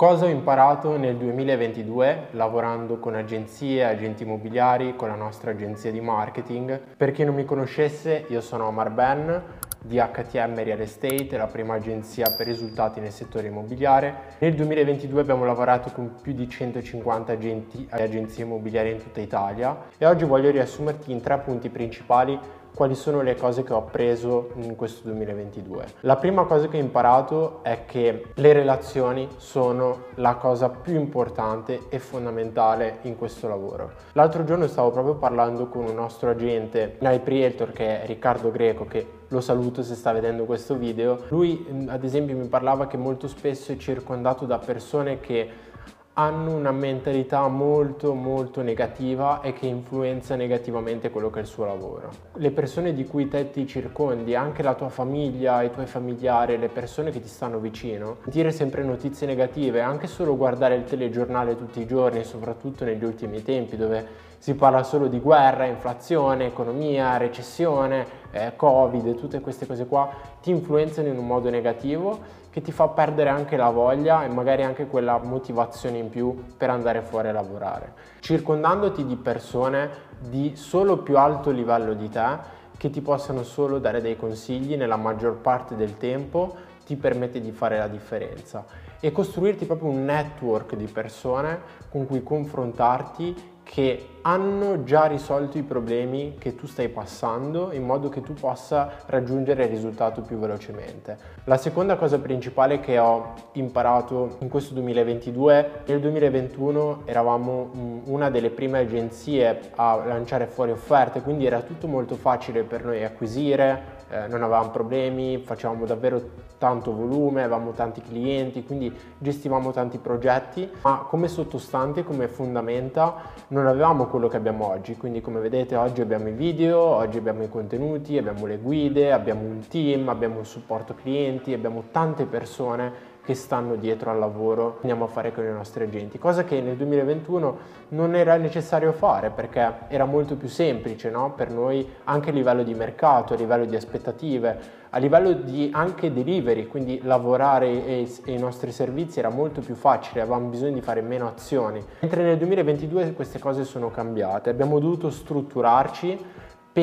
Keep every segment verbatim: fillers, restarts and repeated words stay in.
Cosa ho imparato nel duemilaventidue lavorando con agenzie e agenti immobiliari, con la nostra agenzia di marketing? Per chi non mi conoscesse, io sono Omar Ben di H T M Real Estate, la prima agenzia per risultati nel settore immobiliare. Nel duemilaventidue abbiamo lavorato con più di centocinquanta agenti e agenzie immobiliari in tutta Italia e oggi voglio riassumerti in tre punti principali quali sono le cose che ho appreso in questo duemilaventidue. La prima cosa che ho imparato è che le relazioni sono la cosa più importante e fondamentale in questo lavoro. L'altro giorno stavo proprio parlando con un nostro agente, Hype Realtor, che è Riccardo Greco, che lo saluto se sta vedendo questo video. Lui ad esempio mi parlava che molto spesso è circondato da persone che hanno una mentalità molto molto negativa e che influenza negativamente quello che è il suo lavoro. Le persone di cui te ti circondi, anche la tua famiglia, i tuoi familiari, le persone che ti stanno vicino, dire sempre notizie negative, anche solo guardare il telegiornale tutti i giorni, soprattutto negli ultimi tempi dove si parla solo di guerra, inflazione, economia, recessione, eh, Covid, tutte queste cose qua ti influenzano in un modo negativo che ti fa perdere anche la voglia e magari anche quella motivazione in più per andare fuori a lavorare. Circondandoti di persone di solo più alto livello di te che ti possano solo dare dei consigli nella maggior parte del tempo ti permette di fare la differenza e costruirti proprio un network di persone con cui confrontarti che hanno già risolto i problemi che tu stai passando in modo che tu possa raggiungere il risultato più velocemente. La seconda cosa principale che ho imparato in questo duemilaventidue, nel duemilaventuno eravamo una delle prime agenzie a lanciare fuori offerte, quindi era tutto molto facile per noi acquisire, eh, non avevamo problemi, facevamo davvero tanto volume, avevamo tanti clienti, quindi gestivamo tanti progetti, ma come sottostante, come fondamenta non avevamo quello che abbiamo oggi. Quindi come vedete oggi abbiamo i video, oggi abbiamo i contenuti, abbiamo le guide, abbiamo un team, abbiamo un supporto clienti, abbiamo tante persone che stanno dietro al lavoro che andiamo a fare con i nostri agenti, cosa che nel duemilaventuno non era necessario fare perché era molto più semplice, no? Per noi anche a livello di mercato, a livello di aspettative, a livello di anche delivery, quindi lavorare e, e i nostri servizi era molto più facile, avevamo bisogno di fare meno azioni. Mentre nel duemilaventidue queste cose sono cambiate, abbiamo dovuto strutturarci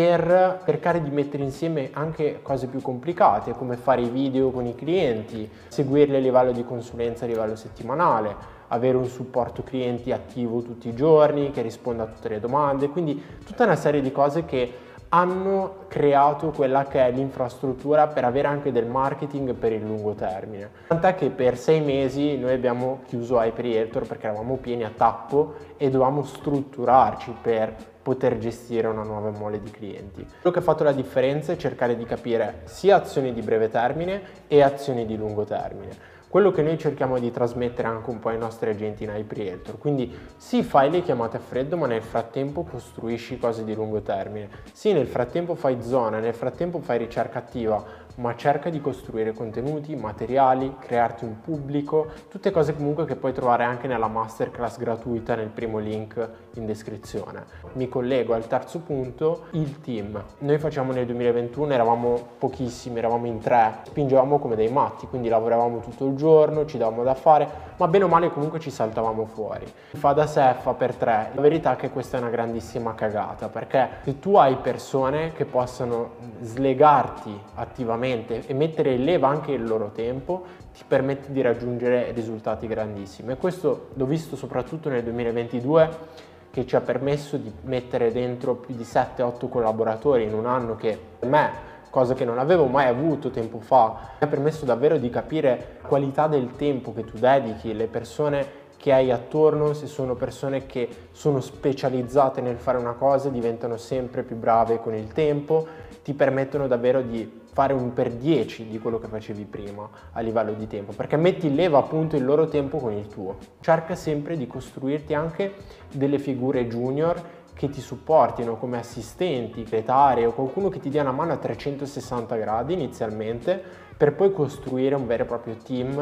per cercare di mettere insieme anche cose più complicate, come fare i video con i clienti, seguirli a livello di consulenza a livello settimanale, avere un supporto clienti attivo tutti i giorni, che risponda a tutte le domande, quindi tutta una serie di cose che hanno creato quella che è l'infrastruttura per avere anche del marketing per il lungo termine. Tant'è che per sei mesi noi abbiamo chiuso Hype Realtor perché eravamo pieni a tappo e dovevamo strutturarci per poter gestire una nuova mole di clienti. Quello che ha fatto la differenza è cercare di capire sia azioni di breve termine e azioni di lungo termine. Quello che noi cerchiamo di trasmettere anche un po' ai nostri agenti in Hype Realtor, quindi sì, fai le chiamate a freddo, ma nel frattempo costruisci cose di lungo termine. Sì, nel frattempo fai zona, nel frattempo fai ricerca attiva, ma cerca di costruire contenuti, materiali, crearti un pubblico, tutte cose comunque che puoi trovare anche nella masterclass gratuita nel primo link in descrizione. Mi collego al terzo punto, il team. Noi facciamo nel duemilaventuno, eravamo pochissimi, eravamo in tre, spingevamo come dei matti, quindi lavoravamo tutto il giorno, ci davamo da fare, ma bene o male comunque ci saltavamo fuori. Fa da sé, fa per tre. La verità è che questa è una grandissima cagata, perché se tu hai persone che possano slegarti attivamente e mettere in leva anche il loro tempo, ti permette di raggiungere risultati grandissimi. E questo l'ho visto soprattutto nel duemilaventidue, che ci ha permesso di mettere dentro più di sette otto collaboratori in un anno che per me, cosa che non avevo mai avuto tempo fa, mi ha permesso davvero di capire la qualità del tempo che tu dedichi, le persone che hai attorno, se sono persone che sono specializzate nel fare una cosa, diventano sempre più brave con il tempo, ti permettono davvero di fare un per dieci di quello che facevi prima a livello di tempo, perché metti in leva appunto il loro tempo con il tuo. Cerca sempre di costruirti anche delle figure junior che ti supportino come assistenti, segretari o qualcuno che ti dia una mano a trecentosessanta gradi inizialmente, per poi costruire un vero e proprio team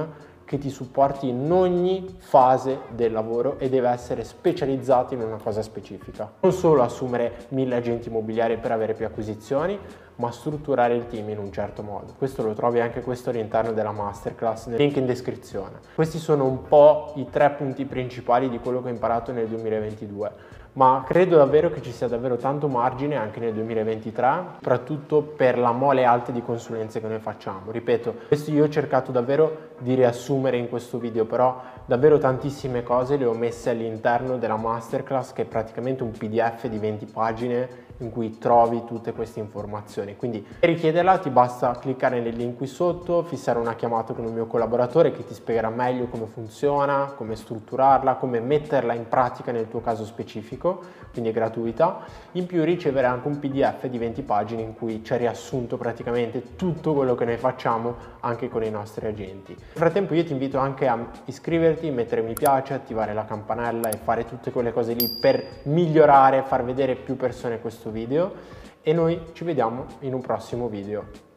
che ti supporti in ogni fase del lavoro e deve essere specializzato in una cosa specifica. Non solo assumere mille agenti immobiliari per avere più acquisizioni, ma strutturare il team in un certo modo. Questo lo trovi anche questo all'interno della masterclass, nel link in descrizione. Questi sono un po' i tre punti principali di quello che ho imparato nel duemilaventidue. Ma credo davvero che ci sia davvero tanto margine anche nel duemilaventitré, soprattutto per la mole alta di consulenze che noi facciamo. Ripeto, questo io ho cercato davvero di riassumere in questo video, però davvero tantissime cose le ho messe all'interno della masterclass, che è praticamente un P D F di venti pagine in cui trovi tutte queste informazioni. Quindi per richiederla ti basta cliccare nel link qui sotto, fissare una chiamata con un mio collaboratore che ti spiegherà meglio come funziona, come strutturarla, come metterla in pratica nel tuo caso specifico, quindi è gratuita. In più riceverai anche un P D F di venti pagine in cui c'è riassunto praticamente tutto quello che noi facciamo anche con i nostri agenti. Nel frattempo io ti invito anche a iscriverti, mettere mi piace, attivare la campanella e fare tutte quelle cose lì per migliorare, far vedere più persone questo video, e noi ci vediamo in un prossimo video.